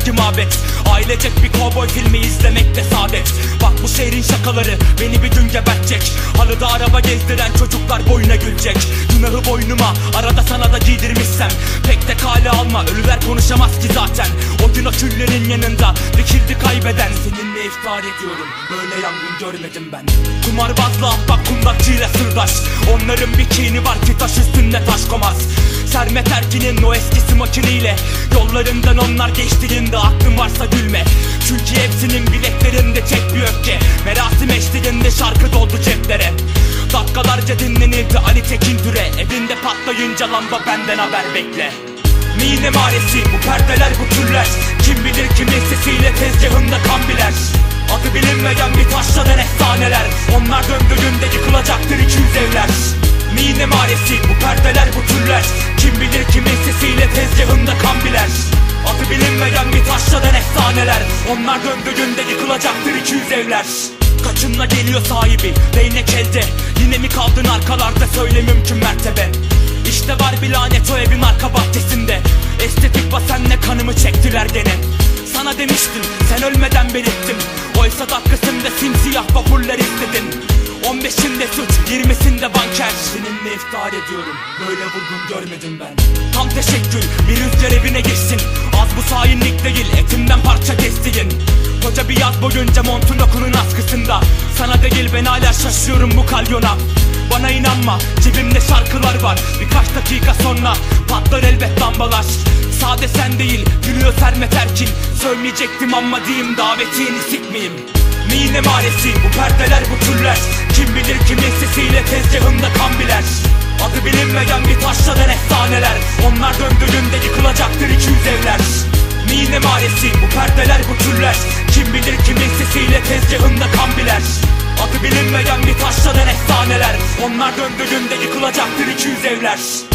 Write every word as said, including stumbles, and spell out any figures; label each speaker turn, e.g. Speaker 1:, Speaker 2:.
Speaker 1: hangi mabet? Ailecek bir kovboy filmi izlemekte saadet. Bak bu şehrin şakaları beni bir gün gebertecek. Halıda araba gezdiren çocuklar boyuna gülecek. Günahı boynuma arada sana da giydirmişsem pek de kale alma, ölüler konuşamaz ki zaten. O gün o küllerin yanında dikildi kaybeden. Seninle iftihar ediyorum, böyle yangın görmedim ben. Kumarbazla ahbap, kundakçıyla sırdaş. Onların bir kini var ki taş üstünde taş komaz. Sermet Erkin'in o eskisi makiniyle yollarından onlar geçtiğinde aklın varsa gülme. Çünkü hepsinin bileklerinde tek bir öfke. Merasim eşliğinde şarkı doldu ceplere. Dakikalarca dinlenildi Ali Tekin Türe. Evinde patlayınca lamba benden haber bekle. Mine maresi bu perdeler, bu türler. Kim bilir kimin sesiyle tezgahında kan biler. Adı bilinmeyen bir taşlanan efsaneler. Onlar döndüğünde yıkılacaktır iki yüz evler. Mine maresi bu perdeler, bu türler. Kim bilir kimin sesiyle tezgahında kan biler. Adı bilinmeyen bir taşlanan efsaneler. Onlar döndüğünde yıkılacaktır iki yüz evler. Kaçınla geliyor sahibi, değnek elde. Yine mi kaldın arkalarda, söyle mümkün mertebe. İşte var bir lanet o evin arka bahçesinde. Estetik basenle kanımı çektiler gene. Sana demiştim, sen ölmeden belirttim. Oysa dakikasında simsiyah vapuller istedin. on beşinde suç, yirmisinde banker. Seninle iftihar ediyorum, böyle vurgun görmedim ben. Tam teşekkür, bir rüzgar evine geçsin. Az bu sahinlik değil, etimden parça kestiğin. Koca bir yaz boyunca montun okunun askısında. Sana değil ben hala şaşıyorum bu kalyona. Bana inanma, cebimde şarkılar var. Birkaç dakika sonra patlar elbet lambalar. Sade sen değil, gülüyor Sermet Erkin. Sövmeyecektim ama diyeyim, davetini sikmeyeyim. Mine maresi bu perdeler, bu türler. Kim bilir kimin sesiyle tezgahında kan biler. Adı bilinmeyen bir taşlanan efsaneler. Onlar döndüğünde yıkılacaktır iki yüz evler. Mine maresi bu perdeler, bu türler. Kim bilir kimin sesiyle tezgahında kan biler. Adı bilinmeyen bir taşlanan efsaneler. Onlar döndüğünde yıkılacaktır iki yüz evler.